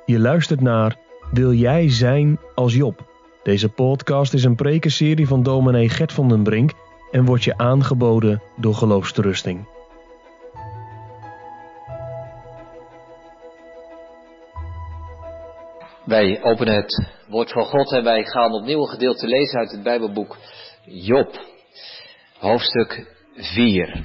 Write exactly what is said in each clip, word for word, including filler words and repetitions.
Je luistert naar Wil jij zijn als Job? Deze podcast is een prekenserie van dominee Gert van den Brink en wordt je aangeboden door Geloofsterusting. Wij openen het woord van God en wij gaan opnieuw een gedeelte lezen uit het Bijbelboek Job, hoofdstuk vier.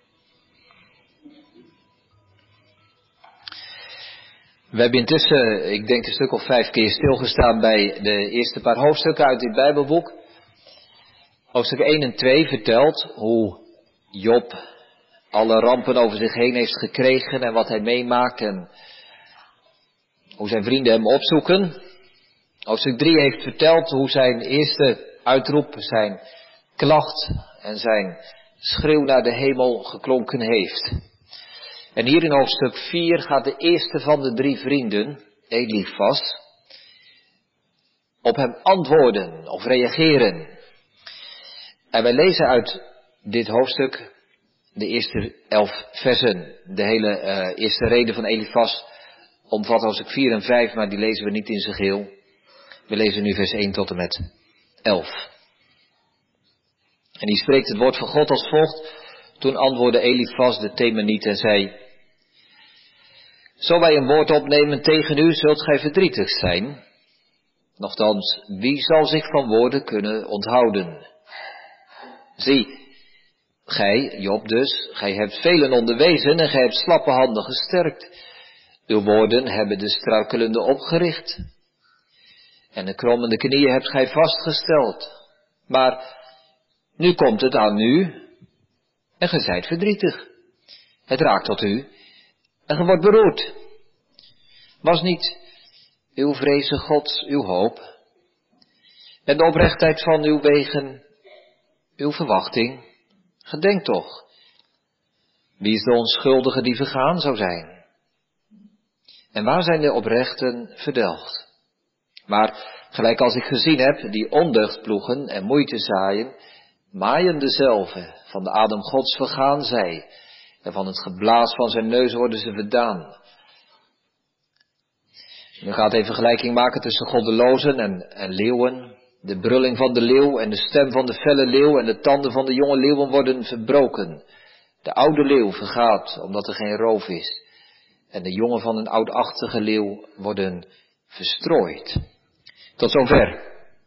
We hebben intussen, ik denk een stuk of vijf keer stilgestaan bij de eerste paar hoofdstukken uit dit Bijbelboek. Hoofdstuk één en twee vertelt hoe Job alle rampen over zich heen heeft gekregen en wat hij meemaakt en hoe zijn vrienden hem opzoeken. Hoofdstuk drie heeft verteld hoe zijn eerste uitroep, zijn klacht en zijn schreeuw naar de hemel geklonken heeft. En hier in hoofdstuk vier gaat de eerste van de drie vrienden, Elifas, op hem antwoorden of reageren. En wij lezen uit dit hoofdstuk de eerste elf versen. De hele uh, eerste reden van Elifas omvat hoofdstuk vier en vijf, maar die lezen we niet in zijn geheel. We lezen nu vers één tot en met elf. En die spreekt het woord van God als volgt. Toen antwoordde Elifas de Temaniet en zei: Zo wij een woord opnemen tegen u, zult gij verdrietig zijn. Nochtans, wie zal zich van woorden kunnen onthouden? Zie, gij, Job dus, gij hebt velen onderwezen en gij hebt slappe handen gesterkt. Uw woorden hebben de struikelende opgericht. En de krommende knieën hebt gij vastgesteld. Maar nu komt het aan u en gij zijt verdrietig. Het raakt tot u en gij wordt beroerd. Was niet uw vrezen Gods uw hoop? En de oprechtheid van uw wegen uw verwachting? Gedenk toch, wie is de onschuldige die vergaan zou zijn? En waar zijn de oprechten verdelgd? Maar gelijk als ik gezien heb, die ondeugd ploegen en moeite zaaien, maaien dezelfde, van de adem Gods vergaan zij, en van het geblaas van zijn neus worden ze verdaan. Nu gaat hij een vergelijking maken tussen goddelozen en, en leeuwen. De brulling van de leeuw en de stem van de felle leeuw en de tanden van de jonge leeuwen worden verbroken. De oude leeuw vergaat, omdat er geen roof is. En de jongen van een oudachtige leeuw worden verstrooid. Tot zover.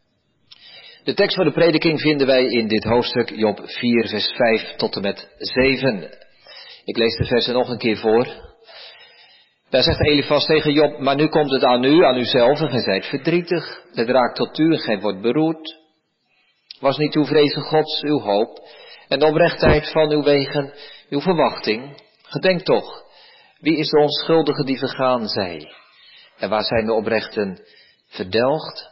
De tekst voor de prediking vinden wij in dit hoofdstuk Job vier vers vijf tot en met zeven. Ik lees de versen nog een keer voor. Daar zegt Elifas tegen Job: Maar nu komt het aan u, aan uzelf, en gij zijt verdrietig. Het raakt tot u en gij wordt beroerd. Was niet uw vrezen Gods uw hoop en de oprechtheid van uw wegen uw verwachting? Gedenk toch, wie is de onschuldige die vergaan zij? En waar zijn de oprechten verdelgd?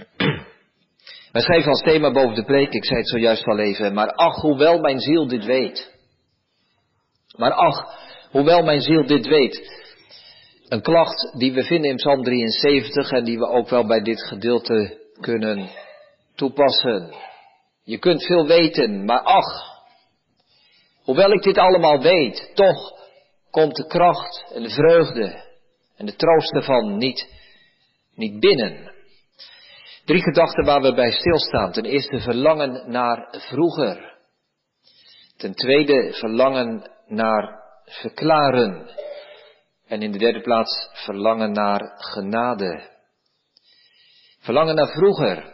Wij schrijven als thema boven de preek, ik zei het zojuist al even, maar ach, hoewel mijn ziel dit weet. Maar ach, hoewel mijn ziel dit weet. Een klacht die we vinden in Psalm drieënzeventig en die we ook wel bij dit gedeelte kunnen toepassen. Je kunt veel weten, maar ach, hoewel ik dit allemaal weet, toch komt de kracht en de vreugde en de troost ervan niet, niet binnen. Drie gedachten waar we bij stilstaan. Ten eerste verlangen naar vroeger. Ten tweede verlangen naar verklaren. En in de derde plaats verlangen naar genade. Verlangen naar vroeger.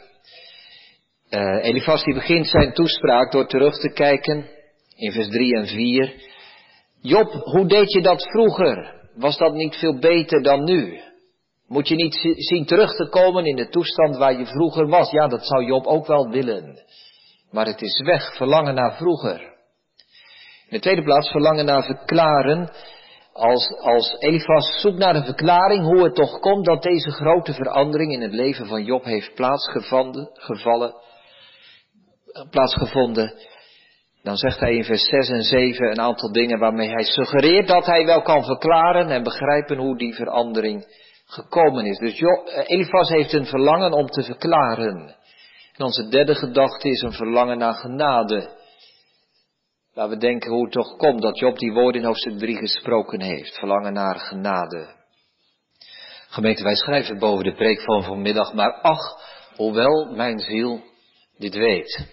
Uh, Elifas die begint zijn toespraak door terug te kijken in vers drie en vier. Job, hoe deed je dat vroeger? Was dat niet veel beter dan nu? Moet je niet zien terug te komen in de toestand waar je vroeger was? Ja, dat zou Job ook wel willen. Maar het is weg, verlangen naar vroeger. In de tweede plaats verlangen naar verklaren. Als, als Elifas zoekt naar een verklaring hoe het toch komt dat deze grote verandering in het leven van Job heeft plaatsgevonden, gevallen, plaatsgevonden. Dan zegt hij in vers zes en zeven een aantal dingen waarmee hij suggereert dat hij wel kan verklaren en begrijpen hoe die verandering gekomen is. Dus Job, Elifas heeft een verlangen om te verklaren. En onze derde gedachte is een verlangen naar genade. Waar we denken hoe het toch komt dat Job die woorden in hoofdstuk drie gesproken heeft. Verlangen naar genade. Gemeente, wij schrijven boven de preek van vanmiddag, maar ach, hoewel mijn ziel dit weet.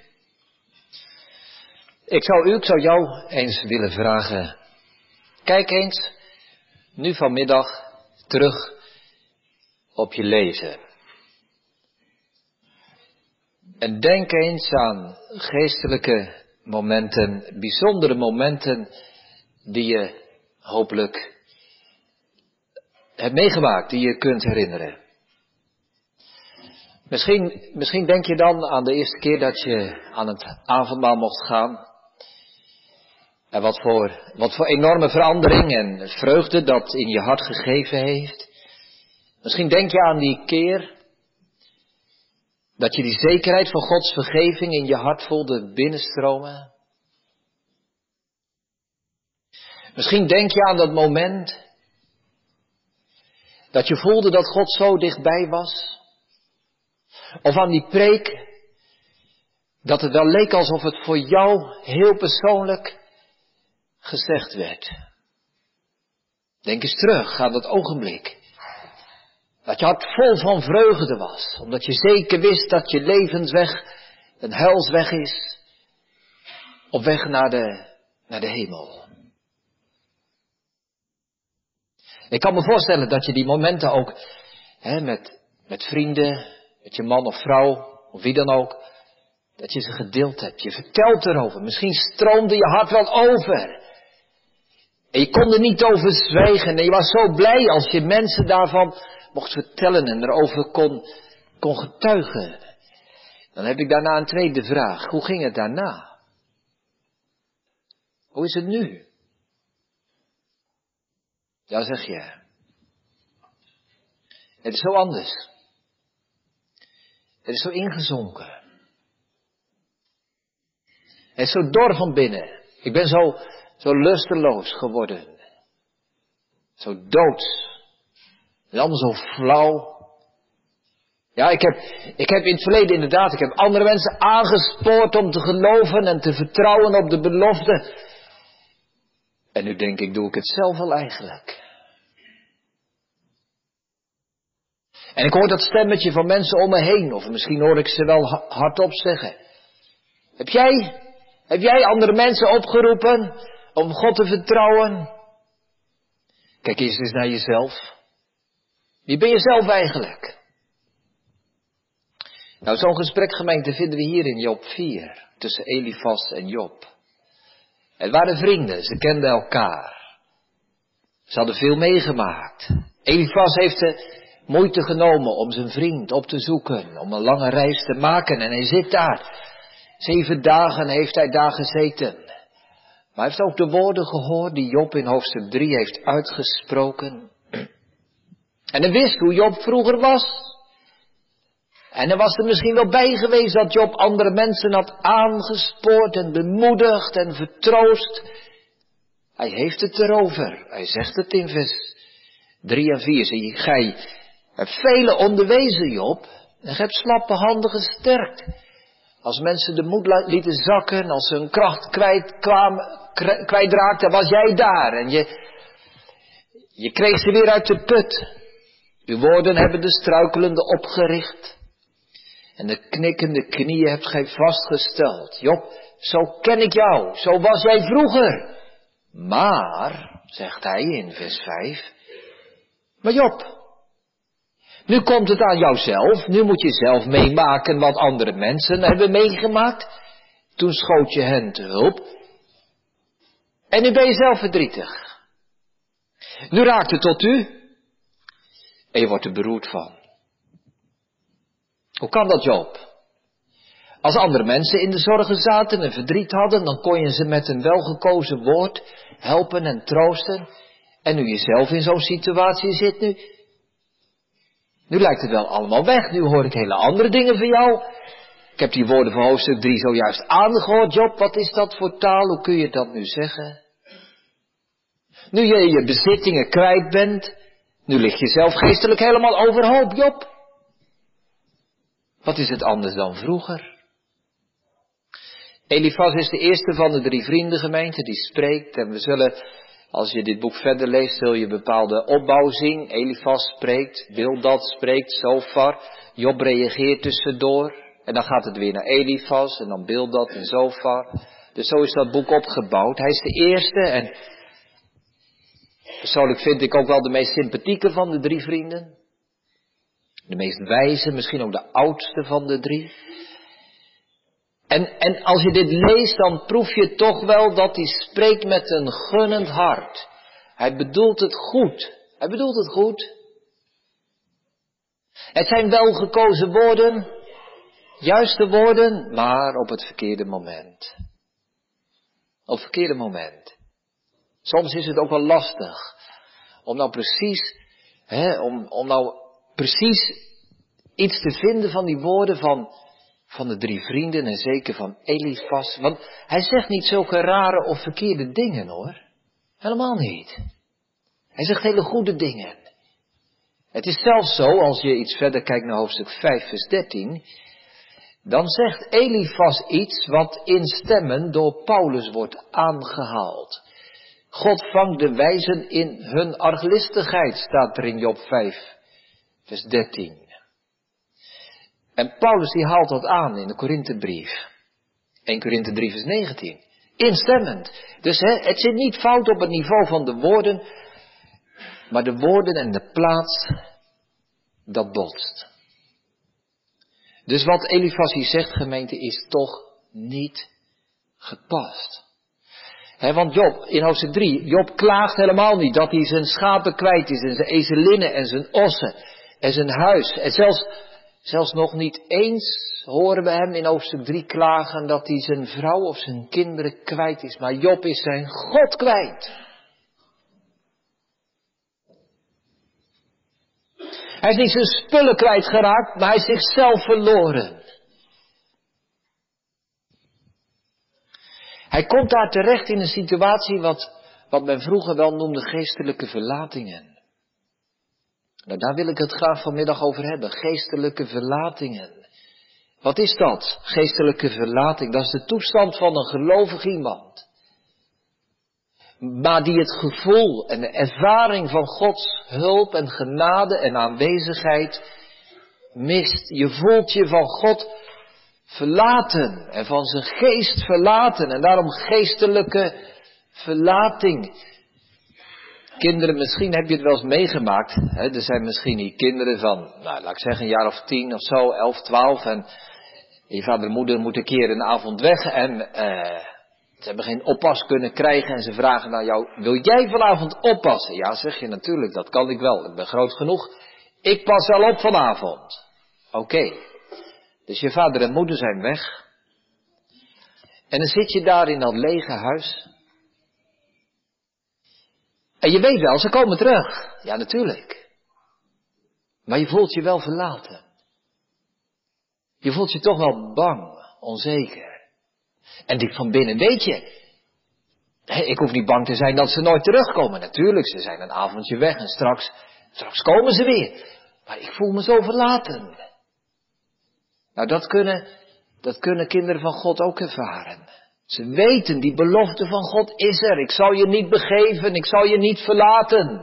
Ik zou u, ik zou jou eens willen vragen, kijk eens nu vanmiddag terug op je leven. En denk eens aan geestelijke momenten, bijzondere momenten die je hopelijk hebt meegemaakt, die je kunt herinneren. Misschien, misschien denk je dan aan de eerste keer dat je aan het avondmaal mocht gaan. En wat voor, wat voor enorme verandering en vreugde dat in je hart gegeven heeft. Misschien denk je aan die keer dat je die zekerheid van Gods vergeving in je hart voelde binnenstromen. Misschien denk je aan dat moment dat je voelde dat God zo dichtbij was. Of aan die preek dat het wel leek alsof het voor jou heel persoonlijk gezegd werd. Denk eens terug aan dat ogenblik. Dat je hart vol van vreugde was. Omdat je zeker wist dat je levensweg een heilsweg is. Op weg naar de, naar de hemel. Ik kan me voorstellen dat je die momenten ook hè, met, met vrienden, met je man of vrouw, of wie dan ook, dat je ze gedeeld hebt. Je vertelt erover. Misschien stroomde je hart wel over. En je kon er niet over zwijgen. En je was zo blij als je mensen daarvan mocht vertellen en erover kon, kon getuigen. Dan heb ik daarna een tweede vraag. Hoe ging het daarna? Hoe is het nu? Ja, zeg je. Het is zo anders. Het is zo ingezonken. Het is zo dor van binnen. Ik ben zo, zo lusteloos geworden. Zo doods. En allemaal zo flauw. Ja, ik heb, ik heb in het verleden inderdaad, ik heb andere mensen aangespoord om te geloven en te vertrouwen op de belofte. En nu denk ik, doe ik het zelf wel eigenlijk. En ik hoor dat stemmetje van mensen om me heen, of misschien hoor ik ze wel hardop zeggen. Heb jij, heb jij andere mensen opgeroepen om God te vertrouwen? Kijk eerst eens naar jezelf. Wie ben je zelf eigenlijk? Nou, zo'n gesprek, gemeente, vinden we hier in Job vier, tussen Elifas en Job. Het waren vrienden, ze kenden elkaar. Ze hadden veel meegemaakt. Elifas heeft de moeite genomen om zijn vriend op te zoeken, om een lange reis te maken. En hij zit daar. Zeven dagen heeft hij daar gezeten. Maar hij heeft ook de woorden gehoord die Job in hoofdstuk drie heeft uitgesproken. En hij wist hoe Job vroeger was. En hij was er misschien wel bij geweest dat Job andere mensen had aangespoord en bemoedigd en vertroost. Hij heeft het erover. Hij zegt het in vers drie en vier. Zie je, gij hebt vele onderwezen, Job. En gij hebt slappe handen gesterkt. Als mensen de moed lieten zakken, als ze hun kracht kwijt kwamen, kwijtraakten, was jij daar. En je, je kreeg ze weer uit de put. Uw woorden hebben de struikelende opgericht. En de knikkende knieën hebt gij vastgesteld. Job, zo ken ik jou. Zo was jij vroeger. Maar, zegt hij in vers vijf. Maar Job, nu komt het aan jouzelf. Nu moet je zelf meemaken wat andere mensen hebben meegemaakt. Toen schoot je hen te hulp. En nu ben je zelf verdrietig. Nu raakt het tot u. En je wordt er beroerd van. Hoe kan dat, Job? Als andere mensen in de zorgen zaten en verdriet hadden, dan kon je ze met een welgekozen woord helpen en troosten. En nu je zelf in zo'n situatie zit nu, nu lijkt het wel allemaal weg. Nu hoor ik hele andere dingen van jou. Ik heb die woorden van hoofdstuk drie zojuist aangehoord. Job, wat is dat voor taal? Hoe kun je dat nu zeggen? Nu je je bezittingen kwijt bent, nu lig je zelf geestelijk helemaal overhoop, Job. Wat is het anders dan vroeger? Elifas is de eerste van de drie vriendengemeenten die spreekt. En we zullen Als je dit boek verder leest, zul je bepaalde opbouw zien. Elifas spreekt, Bildad spreekt, Zofar. Job reageert tussendoor. En dan gaat het weer naar Elifas en dan Bildad en Zofar. Dus zo is dat boek opgebouwd. Hij is de eerste en persoonlijk vind ik ook wel de meest sympathieke van de drie vrienden. De meest wijze, misschien ook de oudste van de drie. En, en als je dit leest, dan proef je toch wel dat hij spreekt met een gunnend hart. Hij bedoelt het goed. Hij bedoelt het goed. Het zijn wel gekozen woorden, juiste woorden, maar op het verkeerde moment. Op het verkeerde moment. Soms is het ook wel lastig om nou precies, hè, om, om nou precies iets te vinden van die woorden van, van de drie vrienden en zeker van Elifas. Want hij zegt niet zulke rare of verkeerde dingen hoor. Helemaal niet. Hij zegt hele goede dingen. Het is zelfs zo, als je iets verder kijkt naar hoofdstuk vijf vers dertien, dan zegt Elifas iets wat in stemmen door Paulus wordt aangehaald. God vangt de wijzen in hun arglistigheid, staat er in Job vijf vers dertien. En Paulus die haalt dat aan in de Korinthebrief. eerste Korinthe drie vers negentien. Instemmend. Dus hè, het zit niet fout op het niveau van de woorden, maar de woorden en de plaats, dat botst. Dus wat Elifas hier zegt, gemeente, is toch niet gepast. He, want Job, in hoofdstuk drie, Job klaagt helemaal niet dat hij zijn schapen kwijt is en zijn ezelinnen en zijn ossen en zijn huis. En zelfs, zelfs nog niet eens horen we hem in hoofdstuk drie klagen dat hij zijn vrouw of zijn kinderen kwijt is. Maar Job is zijn God kwijt. Hij is niet zijn spullen kwijtgeraakt, maar hij is zichzelf verloren. Hij komt daar terecht in een situatie wat, wat men vroeger wel noemde geestelijke verlatingen. Nou, daar wil ik het graag vanmiddag over hebben. Geestelijke verlatingen. Wat is dat? Geestelijke verlating. Dat is de toestand van een gelovig iemand. Maar die het gevoel en de ervaring van Gods hulp en genade en aanwezigheid mist. Je voelt je van God verlaten en van zijn geest verlaten en daarom geestelijke verlating. Kinderen, misschien heb je het wel eens meegemaakt. Hè? Er zijn misschien hier kinderen van, nou, laat ik zeggen, een jaar of tien of zo, elf, twaalf. En je vader en moeder moeten een keer een avond weg en uh, ze hebben geen oppas kunnen krijgen. En ze vragen naar jou, wil jij vanavond oppassen? Ja, zeg je natuurlijk, dat kan ik wel. Ik ben groot genoeg. Ik pas wel op vanavond. Oké. Okay. Dus je vader en moeder zijn weg. En dan zit je daar in dat lege huis. En je weet wel, ze komen terug. Ja, natuurlijk. Maar je voelt je wel verlaten. Je voelt je toch wel bang, onzeker. En diep van binnen weet je, ik hoef niet bang te zijn dat ze nooit terugkomen. Natuurlijk, ze zijn een avondje weg en straks, straks komen ze weer. Maar ik voel me zo verlaten. Nou, dat kunnen, dat kunnen kinderen van God ook ervaren. Ze weten, die belofte van God is er. Ik zal je niet begeven, ik zal je niet verlaten.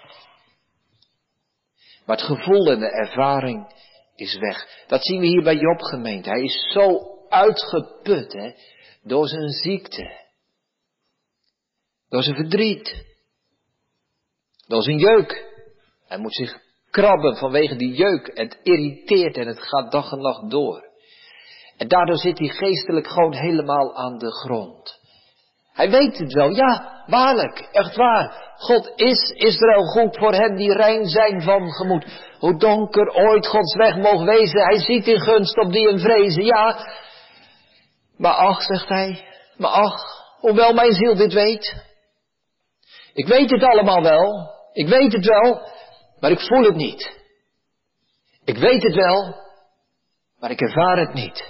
Maar het gevoel en de ervaring is weg. Dat zien we hier bij Job, gemeente. Hij is zo uitgeput, hè, door zijn ziekte. Door zijn verdriet. Door zijn jeuk. Hij moet zich krabben vanwege die jeuk. Het irriteert en het gaat dag en nacht door. En daardoor zit hij geestelijk gewoon helemaal aan de grond. Hij weet het wel, ja, waarlijk, echt waar. God is Israël goed voor hen die rein zijn van gemoed. Hoe donker ooit Gods weg mogen wezen, hij ziet in gunst op die hem vrezen, ja. Maar ach, zegt hij, maar ach, hoewel mijn ziel dit weet. Ik weet het allemaal wel, ik weet het wel, maar ik voel het niet. Ik weet het wel, maar ik ervaar het niet.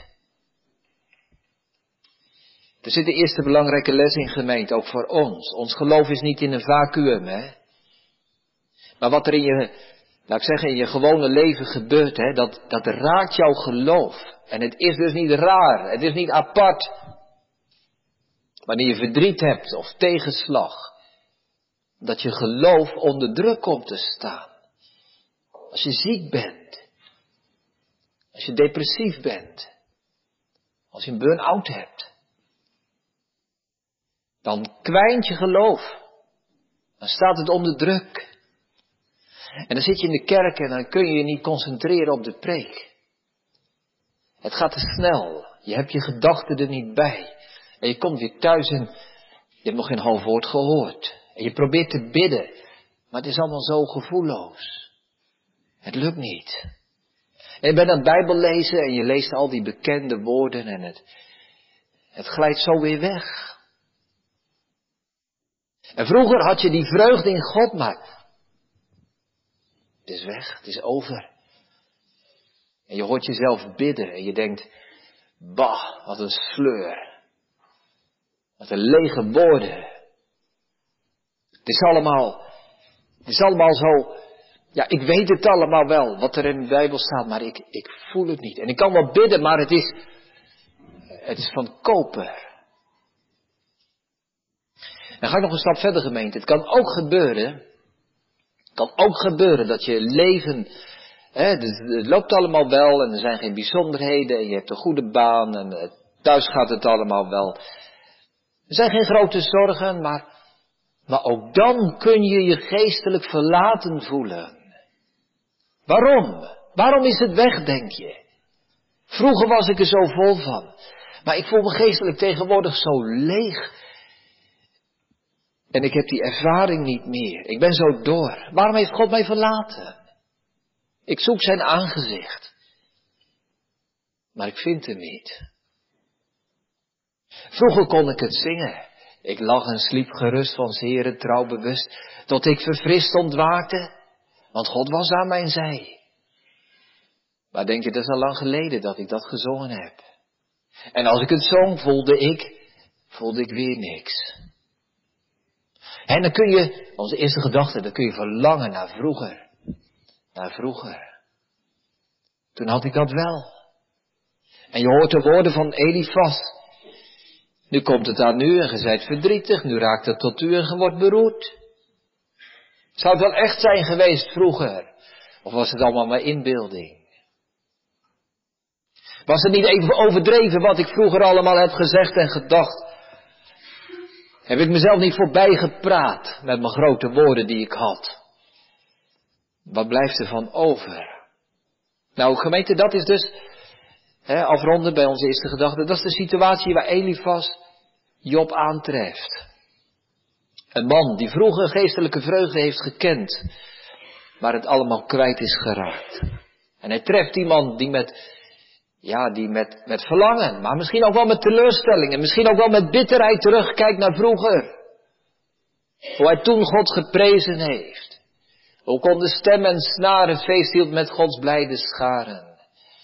Er zit de eerste belangrijke les in, gemeente, ook voor ons. Ons geloof is niet in een vacuüm, hè. Maar wat er in je, laat ik zeggen, in je gewone leven gebeurt, hè, dat, dat raakt jouw geloof. En het is dus niet raar, het is niet apart. Wanneer je verdriet hebt of tegenslag. dat je geloof onder druk komt te staan. Als je ziek bent. Als je depressief bent. Als je een burn-out hebt. Dan kwijnt je geloof. Dan staat het onder druk. En dan zit je in de kerk en dan kun je je niet concentreren op de preek. Het gaat te snel. Je hebt je gedachten er niet bij. En je komt weer thuis en je hebt nog geen half woord gehoord. En je probeert te bidden. Maar het is allemaal zo gevoelloos. Het lukt niet. En je bent aan het Bijbel lezen en je leest al die bekende woorden en het, het glijdt zo weer weg. En vroeger had je die vreugde in God, maar het is weg, het is over. En je hoort jezelf bidden en je denkt, bah, wat een sleur. Wat een lege woorden. Het is allemaal, het is allemaal zo, ja, ik weet het allemaal wel, wat er in de Bijbel staat, maar ik, ik voel het niet. En ik kan wel bidden, maar het is, het is van koper. Dan ga ik nog een stap verder, gemeente. Het kan ook gebeuren, het kan ook gebeuren dat je leven, hè, het, het loopt allemaal wel en er zijn geen bijzonderheden en je hebt een goede baan en thuis gaat het allemaal wel. Er zijn geen grote zorgen, maar, maar ook dan kun je je geestelijk verlaten voelen. Waarom? Waarom is het weg, denk je? Vroeger was ik er zo vol van, maar ik voel me geestelijk tegenwoordig zo leeg. En ik heb die ervaring niet meer. Ik ben zo door. Waarom heeft God mij verlaten? Ik zoek zijn aangezicht. Maar ik vind hem niet. Vroeger kon ik het zingen. Ik lag en sliep gerust van 's Heeren trouw bewust. Tot ik verfrist ontwaakte. Want God was aan mijn zij. Maar denk je, dat is al lang geleden dat ik dat gezongen heb. En als ik het zong, voelde ik, voelde ik weer niks. En dan kun je, onze eerste gedachte, dan kun je verlangen naar vroeger. Naar vroeger. Toen had ik dat wel. En je hoort de woorden van Elifas. Nu komt het aan u en ge zijt verdrietig. Nu raakt het tot u en ge wordt beroerd. Zou het wel echt zijn geweest vroeger? Of was het allemaal maar inbeelding? Was het niet even overdreven wat ik vroeger allemaal heb gezegd en gedacht? Heb ik mezelf niet voorbij gepraat met mijn grote woorden die ik had? Wat blijft er van over? Nou, gemeente, dat is dus, hè, afronden bij onze eerste gedachte, dat is de situatie waar Elifas Job aantreft. Een man die vroeger geestelijke vreugde heeft gekend, maar het allemaal kwijt is geraakt. En hij treft iemand die met, ja, die met, met verlangen, maar misschien ook wel met teleurstelling en misschien ook wel met bitterheid terugkijkt naar vroeger. Hoe hij toen God geprezen heeft. Hoe kon de stem en snaren feest hield met Gods blijde scharen.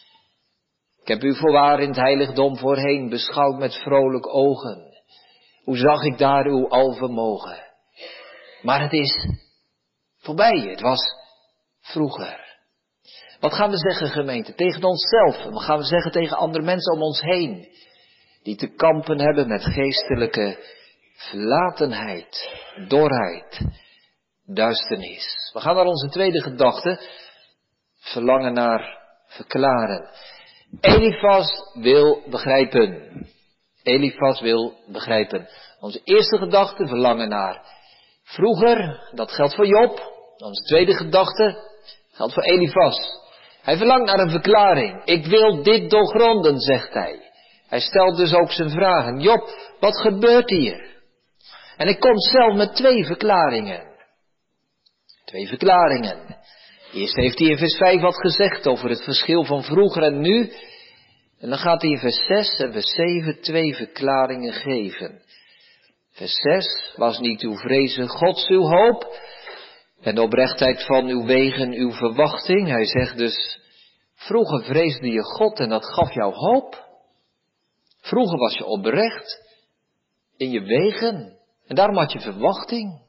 Ik heb u voorwaar in het heiligdom voorheen beschouwd met vrolijk ogen. Hoe zag ik daar uw alvermogen. Maar het is voorbij, het was vroeger. Wat gaan we zeggen, gemeente? Tegen onszelf. En wat gaan we zeggen tegen andere mensen om ons heen? Die te kampen hebben met geestelijke verlatenheid, dorheid, duisternis. We gaan naar onze tweede gedachte. Verlangen naar verklaren. Elifas wil begrijpen. Elifas wil begrijpen. Onze eerste gedachte, verlangen naar vroeger. Dat geldt voor Job. Onze tweede gedachte geldt voor Elifas. Hij verlangt naar een verklaring. Ik wil dit doorgronden, zegt hij. Hij stelt dus ook zijn vragen. Job, wat gebeurt hier? En hij komt zelf met twee verklaringen. Twee verklaringen. Eerst heeft hij in vers vijf wat gezegd over het verschil van vroeger en nu. En dan gaat hij in vers zes en vers zeven twee verklaringen geven. Vers zes, was niet uw vrezen Gods uw hoop en de oprechtheid van uw wegen uw verwachting. Hij zegt dus, vroeger vreesde je God en dat gaf jou hoop. Vroeger was je oprecht in je wegen en daarom had je verwachting.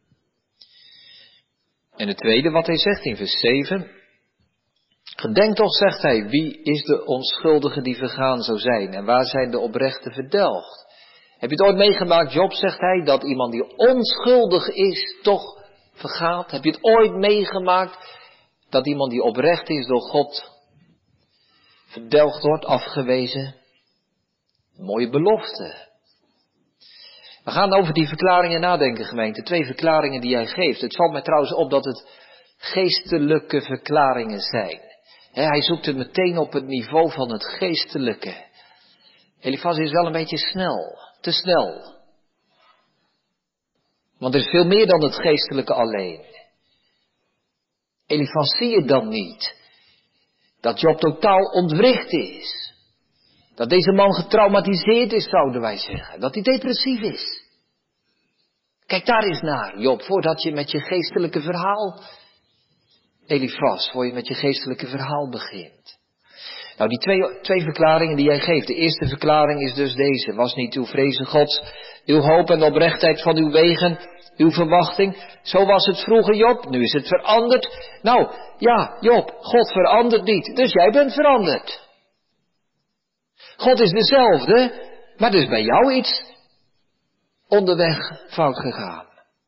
En het tweede wat hij zegt in vers zeven. Gedenk toch, zegt hij, wie is de onschuldige die vergaan zou zijn en waar zijn de oprechten verdelgd? Heb je het ooit meegemaakt, Job, zegt hij, dat iemand die onschuldig is toch vergaat? Heb je het ooit meegemaakt dat iemand die oprecht is door God verdelgd wordt, afgewezen? Een mooie belofte. We gaan over die verklaringen nadenken, gemeente. Twee verklaringen die hij geeft. Het valt mij trouwens op dat het geestelijke verklaringen zijn. He, hij zoekt het meteen op het niveau van het geestelijke. Elifas is wel een beetje snel. Te snel. Want er is veel meer dan het geestelijke alleen. Elifas, zie je dan niet dat Job totaal ontwricht is? Dat deze man getraumatiseerd is, zouden wij zeggen. Dat hij depressief is. Kijk daar eens naar, Job, voordat je met je geestelijke verhaal... Elifas, voor je met je geestelijke verhaal begint. Nou, die twee, twee verklaringen die jij geeft. De eerste verklaring is dus deze. Was niet uw vrezen Gods, uw hoop en de oprechtheid van uw wegen, uw verwachting. Zo was het vroeger, Job. Nu is het veranderd. Nou, ja, Job, God verandert niet. Dus jij bent veranderd. God is dezelfde, maar er is bij jou iets onderweg fout gegaan.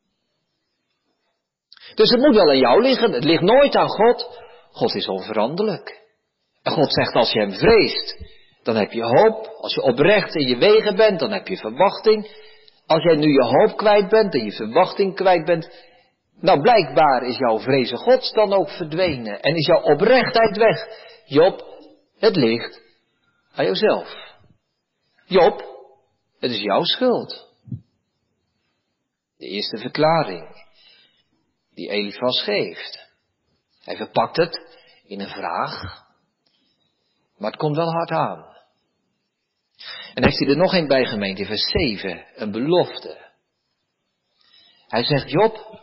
Dus het moet wel aan jou liggen. Het ligt nooit aan God. God is onveranderlijk. En God zegt, als je hem vreest, dan heb je hoop. Als je oprecht in je wegen bent, dan heb je verwachting. Als jij nu je hoop kwijt bent en je verwachting kwijt bent, nou blijkbaar is jouw vrezen Gods dan ook verdwenen. En is jouw oprechtheid weg. Job, het ligt aan jouzelf. Job, het is jouw schuld. De eerste verklaring die Elifas geeft. Hij verpakt het in een vraag. Maar het komt wel hard aan. En heeft hij er nog een bij, gemeente, in vers zeven, een belofte. Hij zegt, Job,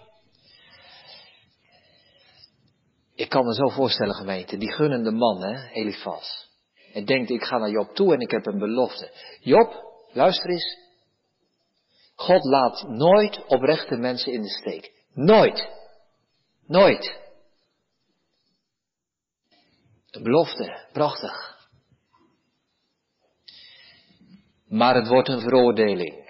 ik kan me zo voorstellen, gemeente, die gunnende man, hè, Elifas. En denkt, ik ga naar Job toe en ik heb een belofte. Job, luister eens. God laat nooit oprechte mensen in de steek. Nooit. Nooit. Een belofte, prachtig. Maar het wordt een veroordeling.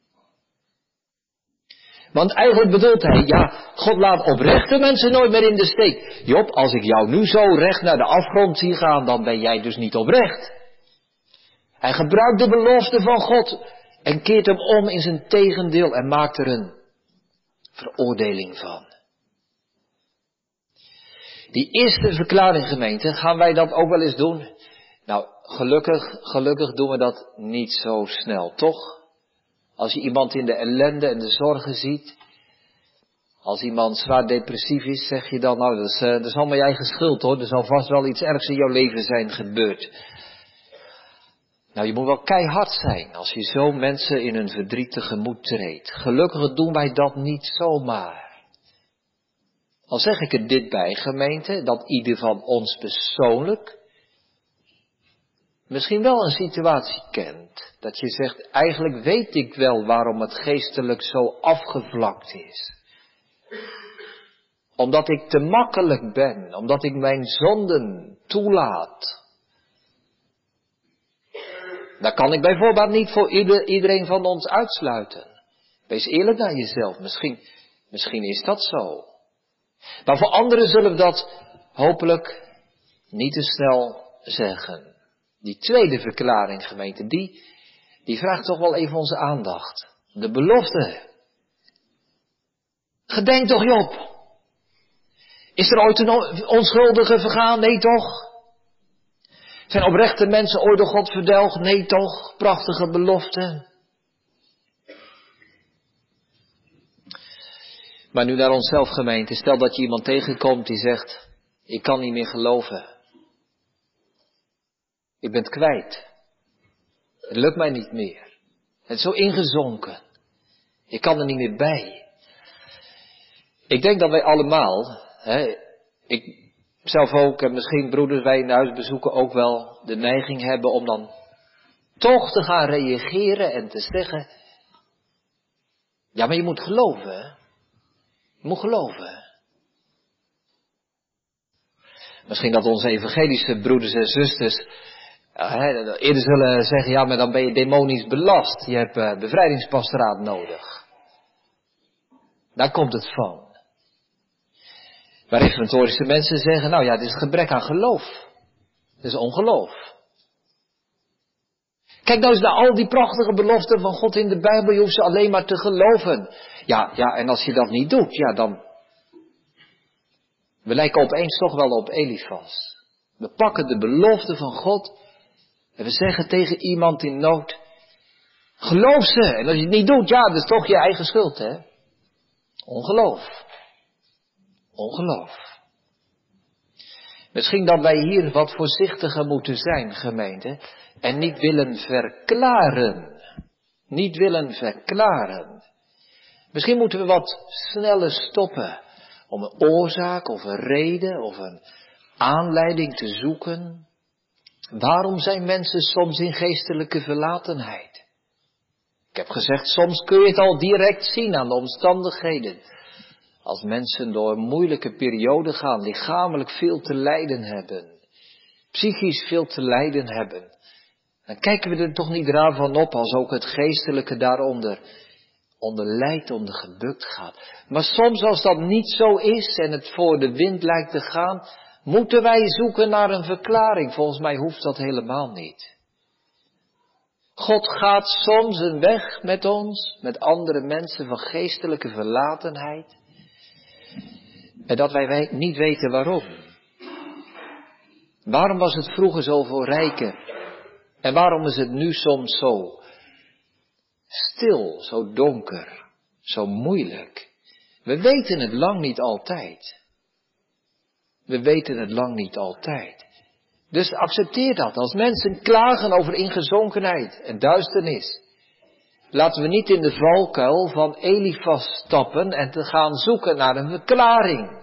Want eigenlijk bedoelt hij, ja, God laat oprechte mensen nooit meer in de steek. Job, als ik jou nu zo recht naar de afgrond zie gaan, dan ben jij dus niet oprecht. Hij gebruikt de belofte van God en keert hem om in zijn tegendeel en maakt er een veroordeling van. Die eerste verklaring, gemeente, gaan wij dat ook wel eens doen? Nou, gelukkig, gelukkig doen we dat niet zo snel, toch? Als je iemand in de ellende en de zorgen ziet, als iemand zwaar depressief is, zeg je dan, nou, dat is, uh, dat is allemaal je eigen schuld, hoor. Er zal vast wel iets ergs in jouw leven zijn gebeurd. Nou, je moet wel keihard zijn als je zo mensen in hun verdriet tegemoet treedt. Gelukkig doen wij dat niet zomaar. Al zeg ik er dit bij, gemeente, dat ieder van ons persoonlijk misschien wel een situatie kent. Dat je zegt, eigenlijk weet ik wel waarom het geestelijk zo afgevlakt is. Omdat ik te makkelijk ben, omdat ik mijn zonden toelaat. Daar kan ik bijvoorbeeld niet voor ieder, iedereen van ons uitsluiten. Wees eerlijk naar jezelf, misschien, misschien is dat zo. Maar voor anderen zullen we dat hopelijk niet te snel zeggen. Die tweede verklaring, gemeente, die, die vraagt toch wel even onze aandacht. De belofte. Gedenk toch, Job. Is er ooit een onschuldige vergaan? Nee toch? Zijn oprechte mensen ooit door God verdelgd? Nee toch? Prachtige belofte. Maar nu naar onszelf, gemeente. Stel dat je iemand tegenkomt die zegt, ik kan niet meer geloven. Ik ben het kwijt. Het lukt mij niet meer. Het is zo ingezonken. Ik kan er niet meer bij. Ik denk dat wij allemaal, hè, ik zelf ook en misschien broeders wij in huis bezoeken ook wel de neiging hebben om dan toch te gaan reageren en te zeggen, ja, maar je moet geloven, hè? Je moet geloven. Misschien dat onze evangelische broeders en zusters Uh, eerder zullen zeggen, ja, maar dan ben je demonisch belast. Je hebt uh, bevrijdingspastoraat nodig. Daar komt het van. Maar reformatorische mensen zeggen, nou ja, het is een gebrek aan geloof. Het is ongeloof. Kijk nou eens naar al die prachtige beloften van God in de Bijbel. Je hoeft ze alleen maar te geloven. Ja, ja, en als je dat niet doet, ja dan... We lijken opeens toch wel op Elifas. We pakken de belofte van God en we zeggen tegen iemand in nood, geloof ze. En als je het niet doet, ja, dat is toch je eigen schuld, hè. Ongeloof. Ongeloof. Misschien dat wij hier wat voorzichtiger moeten zijn, gemeente. En niet willen verklaren. Niet willen verklaren. Misschien moeten we wat sneller stoppen. Om een oorzaak of een reden of een aanleiding te zoeken. Waarom zijn mensen soms in geestelijke verlatenheid? Ik heb gezegd, soms kun je het al direct zien aan de omstandigheden. Als mensen door een moeilijke periode gaan, lichamelijk veel te lijden hebben, psychisch veel te lijden hebben, dan kijken we er toch niet raar van op als ook het geestelijke daaronder onder lijdt, onder gebukt gaat. Maar soms als dat niet zo is en het voor de wind lijkt te gaan, moeten wij zoeken naar een verklaring. Volgens mij hoeft dat helemaal niet. God gaat soms een weg met ons, met andere mensen van geestelijke verlatenheid. En dat wij niet weten waarom. Waarom was het vroeger zo voor rijken? En waarom is het nu soms zo stil, zo donker, zo moeilijk? We weten het lang niet altijd. We weten het lang niet altijd. Dus accepteer dat. Als mensen klagen over ingezonkenheid en duisternis, laten we niet in de valkuil van Elifas stappen en te gaan zoeken naar een verklaring.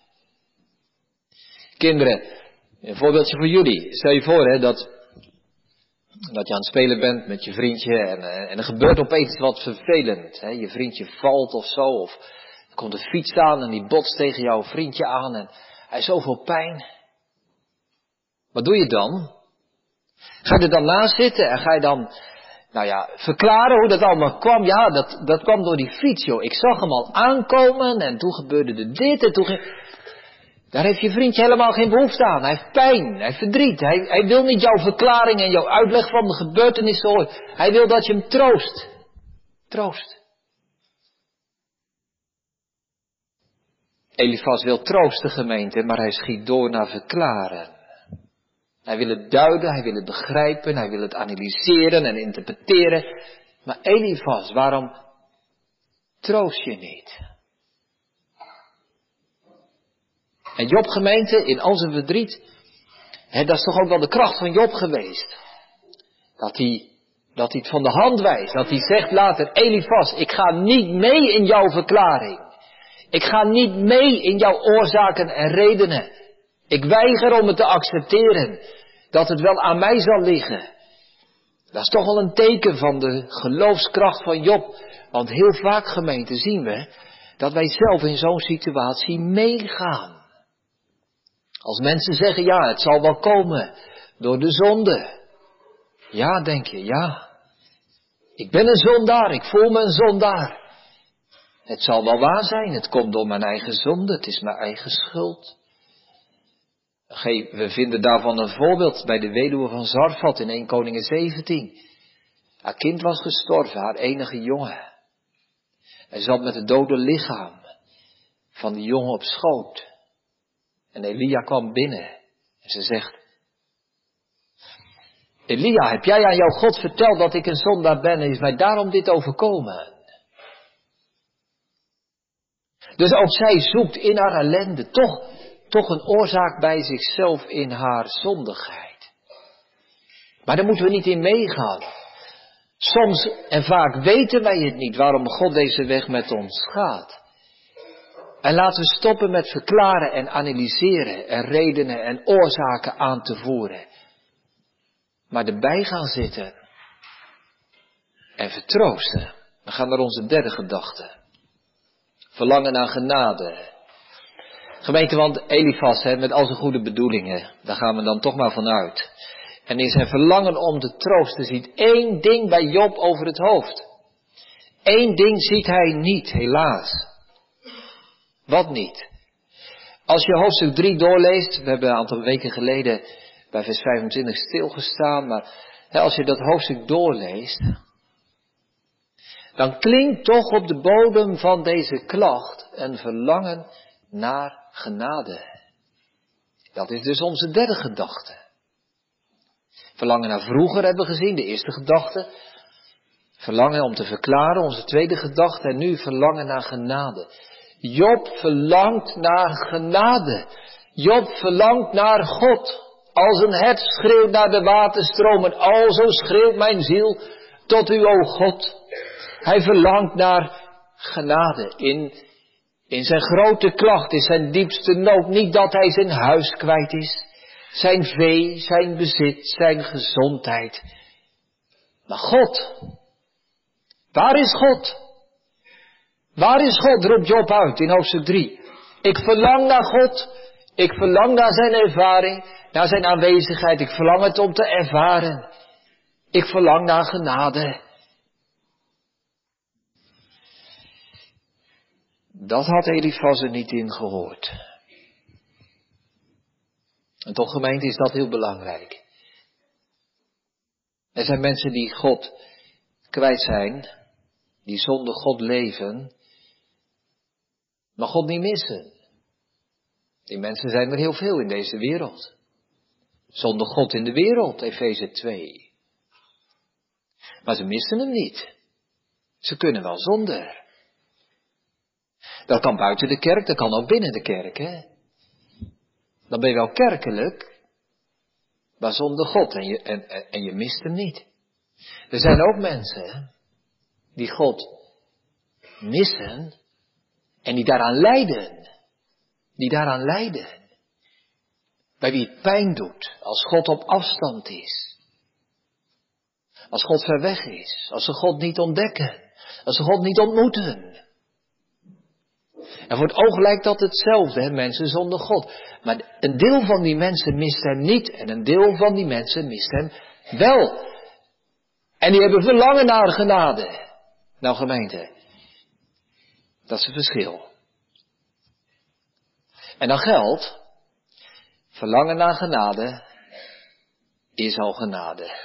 Kinderen, een voorbeeldje voor jullie. Stel je voor hè, dat, dat je aan het spelen bent met je vriendje en, en er gebeurt opeens wat vervelend. Hè. Je vriendje valt of zo, of er komt een fiets aan en die botst tegen jouw vriendje aan en hij heeft zoveel pijn. Wat doe je dan? Ga je er dan naast zitten en ga je dan, nou ja, verklaren hoe dat allemaal kwam? Ja, dat, dat kwam door die fiets, joh. Ik zag hem al aankomen en toen gebeurde er dit en toen ging... Daar heeft je vriendje helemaal geen behoefte aan. Hij heeft pijn, hij heeft verdriet. Hij, hij wil niet jouw verklaring en jouw uitleg van de gebeurtenissen horen. Hij wil dat je hem troost. Troost. Elifas wil troosten, gemeente, maar hij schiet door naar verklaren. Hij wil het duiden, hij wil het begrijpen, hij wil het analyseren en interpreteren. Maar Elifas, waarom troost je niet? En Job, gemeente, in al zijn verdriet, hè, dat is toch ook wel de kracht van Job geweest. Dat hij, dat hij het van de hand wijst, dat hij zegt later, Elifas, ik ga niet mee in jouw verklaring. Ik ga niet mee in jouw oorzaken en redenen. Ik weiger om het te accepteren, dat het wel aan mij zal liggen. Dat is toch wel een teken van de geloofskracht van Job. Want heel vaak, gemeente, zien we dat wij zelf in zo'n situatie meegaan. Als mensen zeggen, ja, het zal wel komen door de zonde. Ja, denk je, ja. Ik ben een zondaar, ik voel me een zondaar. Het zal wel waar zijn, het komt door mijn eigen zonde, het is mijn eigen schuld. We vinden daarvan een voorbeeld bij de weduwe van Zarfat in Eerste Koningen zeventien. Haar kind was gestorven, haar enige jongen. Hij zat met het dode lichaam van die jongen op schoot. En Elia kwam binnen en ze zegt, Elia, heb jij aan jouw God verteld dat ik een zondaar ben en is mij daarom dit overkomen? Dus ook zij zoekt in haar ellende toch, toch een oorzaak bij zichzelf in haar zondigheid. Maar daar moeten we niet in meegaan. Soms en vaak weten wij het niet waarom God deze weg met ons gaat. En laten we stoppen met verklaren en analyseren en redenen en oorzaken aan te voeren. Maar erbij gaan zitten en vertroosten. We gaan naar onze derde gedachte. Verlangen naar genade. Gemeente, want Elifas, hè, met al zijn goede bedoelingen, daar gaan we dan toch maar vanuit. en in zijn verlangen om te troosten ziet één ding bij Job over het hoofd. Eén ding ziet hij niet, helaas. Wat niet? Als je hoofdstuk drie doorleest, we hebben een aantal weken geleden bij vers vijfentwintig stilgestaan, maar hè, als je dat hoofdstuk doorleest, dan klinkt toch op de bodem van deze klacht een verlangen naar genade. Dat is dus onze derde gedachte. Verlangen naar vroeger hebben we gezien, de eerste gedachte. Verlangen om te verklaren, onze tweede gedachte. En nu verlangen naar genade. Job verlangt naar genade. Job verlangt naar God. Als een hert schreeuwt naar de waterstromen. Alzo schreeuwt mijn ziel tot u, o God. Hij verlangt naar genade. In, in zijn grote klacht, in zijn diepste nood. Niet dat hij zijn huis kwijt is. Zijn vee, zijn bezit, zijn gezondheid. Maar God. Waar is God? Waar is God, roept Job uit in hoofdstuk drie. Ik verlang naar God. Ik verlang naar zijn ervaring. Naar zijn aanwezigheid. Ik verlang het om te ervaren. Ik verlang naar genade. Dat had Elifas er niet in gehoord. En toch, gemeente, is dat heel belangrijk. Er zijn mensen die God kwijt zijn, die zonder God leven, maar God niet missen. Die mensen zijn er heel veel in deze wereld. Zonder God in de wereld, Efeze twee. Maar ze missen hem niet. Ze kunnen wel zonder. Dat kan buiten de kerk, dat kan ook binnen de kerk, hè. Dan ben je wel kerkelijk, maar zonder God en je, en, en, en je mist hem niet. Er zijn ook mensen die God missen en die daaraan lijden. Die daaraan lijden. Bij wie het pijn doet als God op afstand is. Als God ver weg is. Als ze God niet ontdekken. Als ze God niet ontmoeten. En voor het oog lijkt dat hetzelfde, hè, mensen zonder God. Maar een deel van die mensen mist hem niet en een deel van die mensen mist hem wel. En die hebben verlangen naar genade. Nou gemeente, dat is een verschil. En dan geldt, verlangen naar genade is al genade.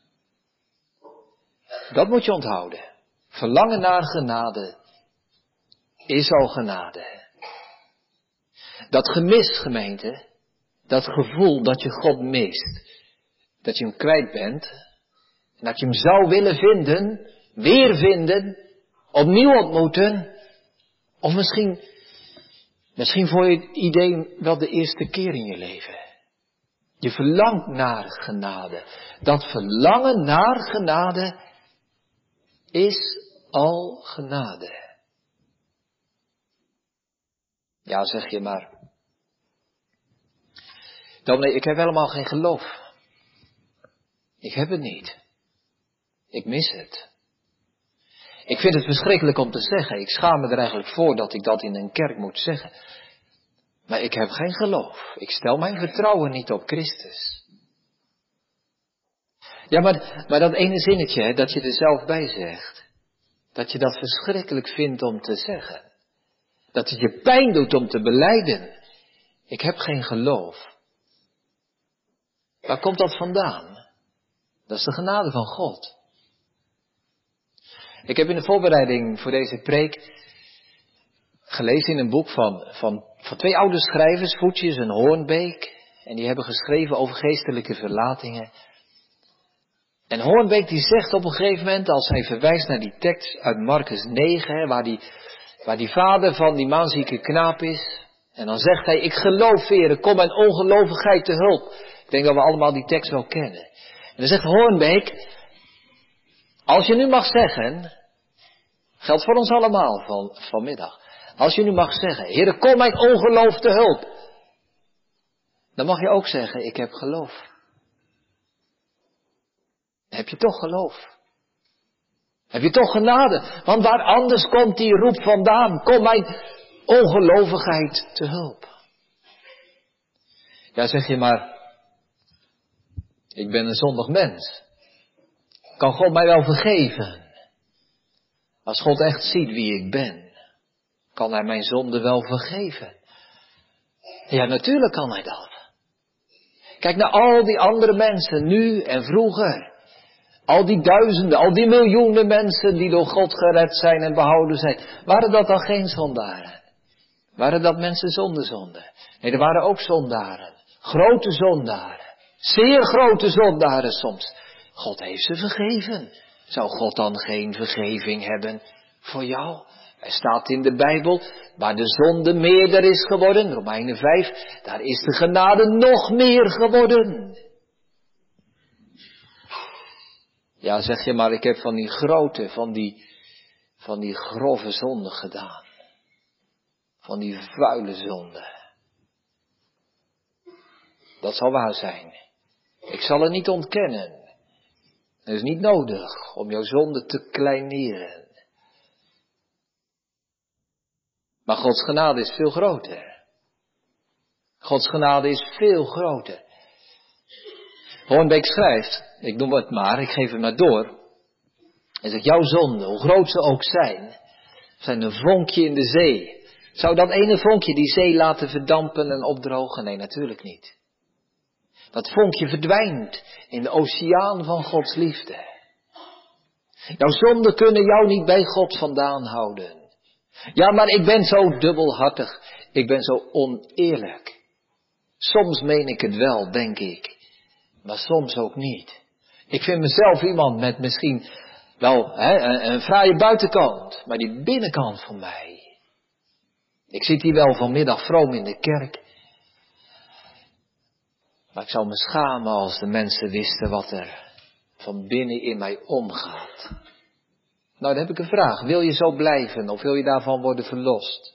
Dat moet je onthouden. Verlangen naar genade is al genade. Dat gemis, gemeente, dat gevoel dat je God mist, dat je hem kwijt bent, en dat je hem zou willen vinden, weer vinden, opnieuw ontmoeten, of misschien, misschien voor je het idee wel de eerste keer in je leven. Je verlangt naar genade. Dat verlangen naar genade is al genade. Ja, zeg je maar. Dominee, ik heb helemaal geen geloof. Ik heb het niet. Ik mis het. Ik vind het verschrikkelijk om te zeggen. Ik schaam me er eigenlijk voor dat ik dat in een kerk moet zeggen. Maar ik heb geen geloof. Ik stel mijn vertrouwen niet op Christus. Ja, maar, maar dat ene zinnetje, hè, dat je er zelf bij zegt. Dat je dat verschrikkelijk vindt om te zeggen. Dat het je pijn doet om te belijden. Ik heb geen geloof. Waar komt dat vandaan? Dat is de genade van God. Ik heb in de voorbereiding voor deze preek gelezen in een boek van, van, van twee oude schrijvers, Voetjes en Hoornbeek. En die hebben geschreven over geestelijke verlatingen. En Hoornbeek die zegt op een gegeven moment, als hij verwijst naar die tekst uit Markus negen, hè, waar die... Waar die vader van die maanzieke knaap is. En dan zegt hij, ik geloof, Heere, kom mijn ongelovigheid te hulp. Ik denk dat we allemaal die tekst wel kennen. En dan zegt Hoornbeek, als je nu mag zeggen, geldt voor ons allemaal van, vanmiddag. Als je nu mag zeggen, Heere, kom mijn ongeloof te hulp. Dan mag je ook zeggen, ik heb geloof. Dan heb je toch geloof. Heb je toch genade? Want waar anders komt die roep vandaan? Kom mijn ongelovigheid te hulp. Ja, zeg je maar. Ik ben een zondig mens. Kan God mij wel vergeven? Als God echt ziet wie ik ben, kan hij mijn zonde wel vergeven? Ja, natuurlijk kan hij dat. Kijk naar al die andere mensen, nu en vroeger. Al die duizenden, al die miljoenen mensen die door God gered zijn en behouden zijn. Waren dat dan geen zondaren? Waren dat mensen zonder zonde? Nee, er waren ook zondaren. Grote zondaren. Zeer grote zondaren soms. God heeft ze vergeven. Zou God dan geen vergeving hebben voor jou? Er staat in de Bijbel, waar de zonde meerder is geworden, Romeinen vijf, daar is de genade nog meer geworden. Ja, zeg je maar, ik heb van die grote, van die, van die grove zonde gedaan. Van die vuile zonde. Dat zal waar zijn. Ik zal het niet ontkennen. Het is niet nodig om jouw zonde te kleineren. Maar Gods genade is veel groter. Gods genade is veel groter. Hoornbeek schrijft, ik noem het maar, ik geef het maar door. Hij zegt, jouw zonden, hoe groot ze ook zijn, zijn een vonkje in de zee. Zou dat ene vonkje die zee laten verdampen en opdrogen? Nee, natuurlijk niet. Dat vonkje verdwijnt in de oceaan van Gods liefde. Jouw zonden kunnen jou niet bij God vandaan houden. Ja, maar ik ben zo dubbelhartig. Ik ben zo oneerlijk. Soms meen ik het wel, denk ik. Maar soms ook niet. Ik vind mezelf iemand met misschien wel hè, een, een fraaie buitenkant. Maar die binnenkant van mij. Ik zit hier wel vanmiddag vroom in de kerk. Maar ik zou me schamen als de mensen wisten wat er van binnen in mij omgaat. Nou, dan heb ik een vraag. Wil je zo blijven of wil je daarvan worden verlost?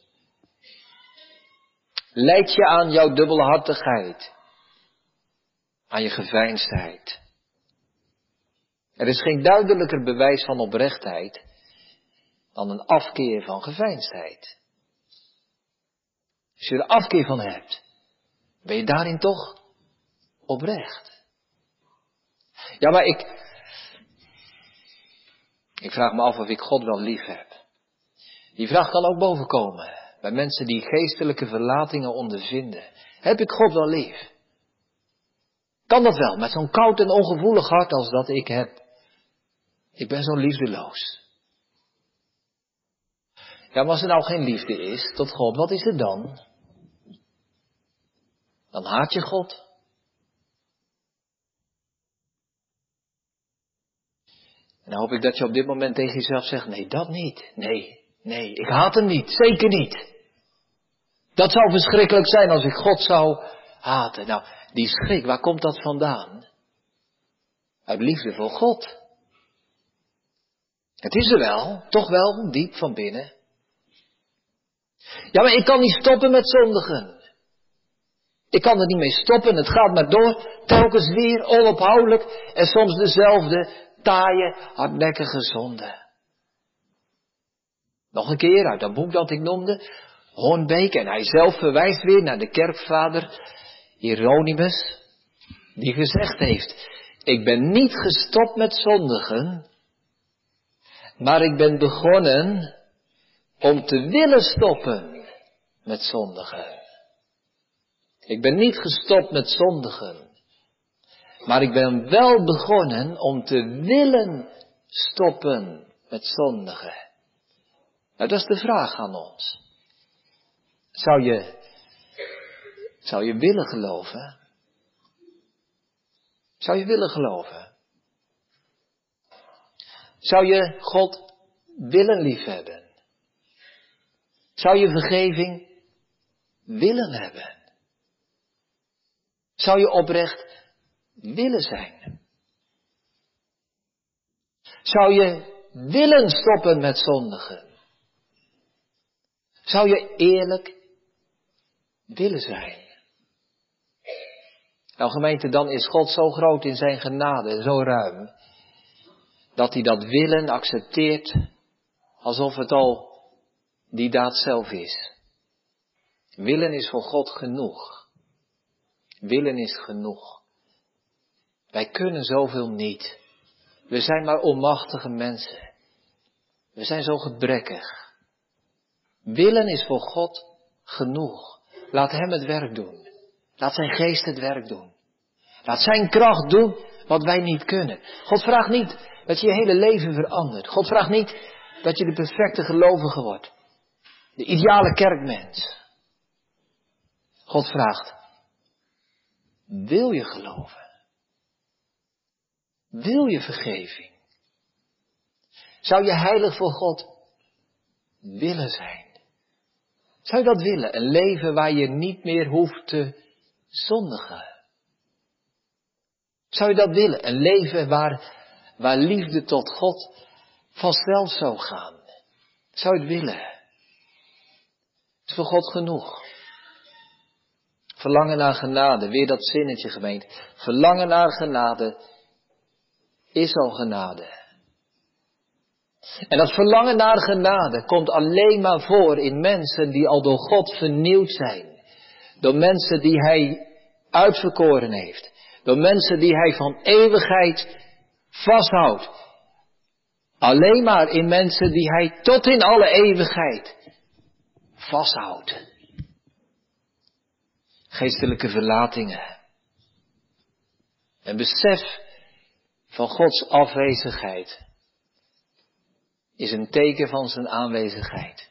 Lijd je aan jouw dubbelhartigheid? Aan je geveinsdheid? Er is geen duidelijker bewijs van oprechtheid dan een afkeer van geveinsdheid. Als je er afkeer van hebt, ben je daarin toch oprecht? Ja, maar ik... Ik vraag me af of ik God wel lief heb. Die vraag kan ook bovenkomen bij mensen die geestelijke verlatingen ondervinden. Heb ik God wel lief? Kan dat wel, met zo'n koud en ongevoelig hart als dat ik heb? Ik ben zo liefdeloos. Ja, maar als er nou geen liefde is tot God, wat is er dan? Dan haat je God. En dan hoop ik dat je op dit moment tegen jezelf zegt, nee, dat niet. Nee, nee, ik haat hem niet. Zeker niet. Dat zou verschrikkelijk zijn als ik God zou haten. Nou, die schrik, waar komt dat vandaan? Uit liefde voor God. Het is er wel, toch wel, diep van binnen. Ja, maar ik kan niet stoppen met zondigen. Ik kan er niet mee stoppen, het gaat maar door, telkens weer, onophoudelijk, en soms dezelfde taaie, hardnekkige zonde. Nog een keer uit dat boek dat ik noemde, Hoornbeek, en hij zelf verwijst weer naar de kerkvader Hieronymus, die gezegd heeft, ik ben niet gestopt met zondigen, maar ik ben begonnen om te willen stoppen met zondigen. Ik ben niet gestopt met zondigen, maar ik ben wel begonnen om te willen stoppen met zondigen. Nou, dat is de vraag aan ons. Zou je, zou je willen geloven? Zou je willen geloven? Zou je God willen liefhebben? Zou je vergeving willen hebben? Zou je oprecht willen zijn? Zou je willen stoppen met zondigen? Zou je eerlijk willen zijn? Nou gemeente, dan is God zo groot in zijn genade en zo ruim, dat hij dat willen accepteert, alsof het al die daad zelf is. Willen is voor God genoeg. Willen is genoeg. Wij kunnen zoveel niet. We zijn maar onmachtige mensen. We zijn zo gebrekkig. Willen is voor God genoeg. Laat hem het werk doen. Laat zijn geest het werk doen. Laat zijn kracht doen wat wij niet kunnen. God vraagt niet dat je je hele leven verandert. God vraagt niet dat je de perfecte gelovige wordt. De ideale kerkmens. God vraagt, wil je geloven? Wil je vergeving? Zou je heilig voor God willen zijn? Zou je dat willen? Een leven waar je niet meer hoeft te zondigen? Zou je dat willen? Een leven waar, waar liefde tot God vanzelf zou gaan? Zou je het willen? Het is voor God genoeg. Verlangen naar genade, weer dat zinnetje gemeente. Verlangen naar genade is al genade. En dat verlangen naar genade komt alleen maar voor in mensen die al door God vernieuwd zijn. Door mensen die Hij uitverkoren heeft. Door mensen die Hij van eeuwigheid vasthoudt. Alleen maar in mensen die Hij tot in alle eeuwigheid vasthoudt. Geestelijke verlatingen. Een besef van Gods afwezigheid is een teken van zijn aanwezigheid.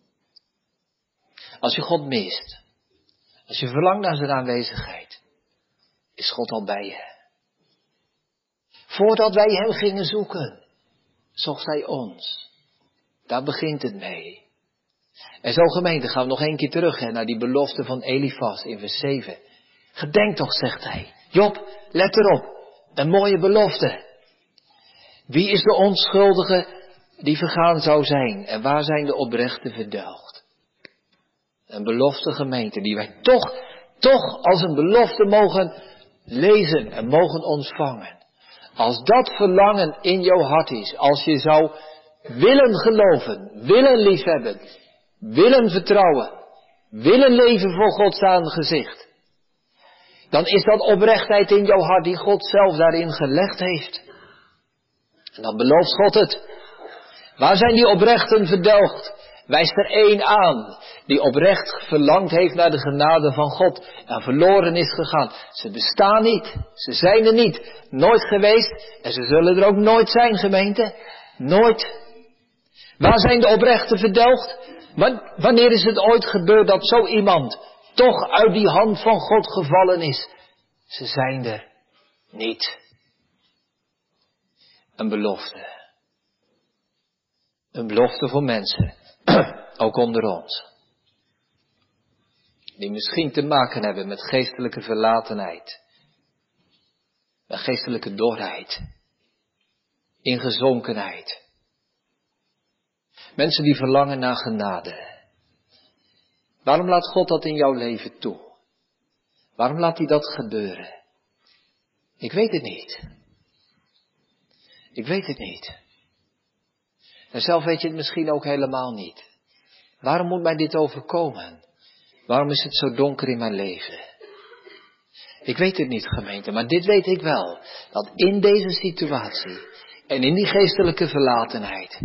Als je God mist, als je verlangt naar zijn aanwezigheid, is God al bij je. Voordat wij hem gingen zoeken, zocht hij ons. Daar begint het mee. En zo gemeente, gaan we nog een keer terug hè, naar die belofte van Elifas in vers zeven. Gedenk toch, zegt hij. Job, let erop. Een mooie belofte. Wie is de onschuldige die vergaan zou zijn? En waar zijn de oprechten verdelgd? Een belofte gemeente die wij toch, toch als een belofte mogen lezen en mogen ontvangen. Als dat verlangen in jouw hart is, als je zou willen geloven, willen liefhebben, willen vertrouwen, willen leven voor Gods aangezicht, dan is dat oprechtheid in jouw hart die God zelf daarin gelegd heeft. En dan belooft God het. Waar zijn die oprechten verdelgd? Wijst er één aan die oprecht verlangd heeft naar de genade van God en verloren is gegaan. Ze bestaan niet, ze zijn er niet, nooit geweest en ze zullen er ook nooit zijn, gemeente. Nooit. Waar zijn de oprechten verdelgd? Wanneer is het ooit gebeurd dat zo iemand toch uit die hand van God gevallen is? Ze zijn er niet. Een belofte. Een belofte voor mensen, ook onder ons. Die misschien te maken hebben met geestelijke verlatenheid. Met geestelijke dorheid. Ingezonkenheid. Mensen die verlangen naar genade. Waarom laat God dat in jouw leven toe? Waarom laat hij dat gebeuren? Ik weet het niet. Ik weet het niet. En zelf weet je het misschien ook helemaal niet. Waarom moet mij dit overkomen? Waarom is het zo donker in mijn leven? Ik weet het niet, gemeente, maar dit weet ik wel. Dat in deze situatie en in die geestelijke verlatenheid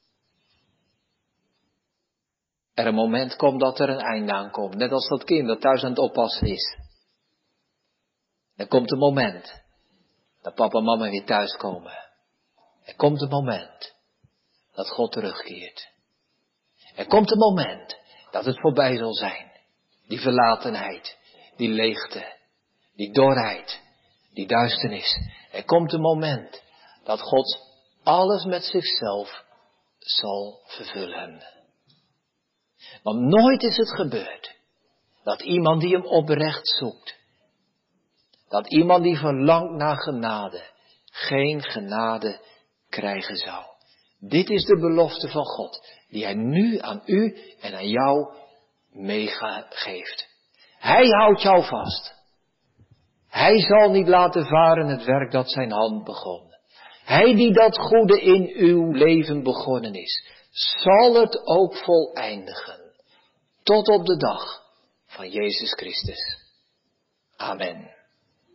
er een moment komt dat er een einde aankomt. Net als dat kind dat thuis aan het oppassen is. Er komt een moment dat papa en mama weer thuiskomen. Er komt een moment dat God terugkeert. Er komt een moment dat het voorbij zal zijn. Die verlatenheid, die leegte, die dorheid, die duisternis. Er komt een moment dat God alles met zichzelf zal vervullen. Want nooit is het gebeurd dat iemand die hem oprecht zoekt, dat iemand die verlangt naar genade, geen genade krijgen zou. Dit is de belofte van God, die hij nu aan u en aan jou meegeeft. Hij houdt jou vast. Hij zal niet laten varen het werk dat zijn hand begon. Hij die dat goede in uw leven begonnen is, zal het ook voleindigen. Tot op de dag van Jezus Christus. Amen.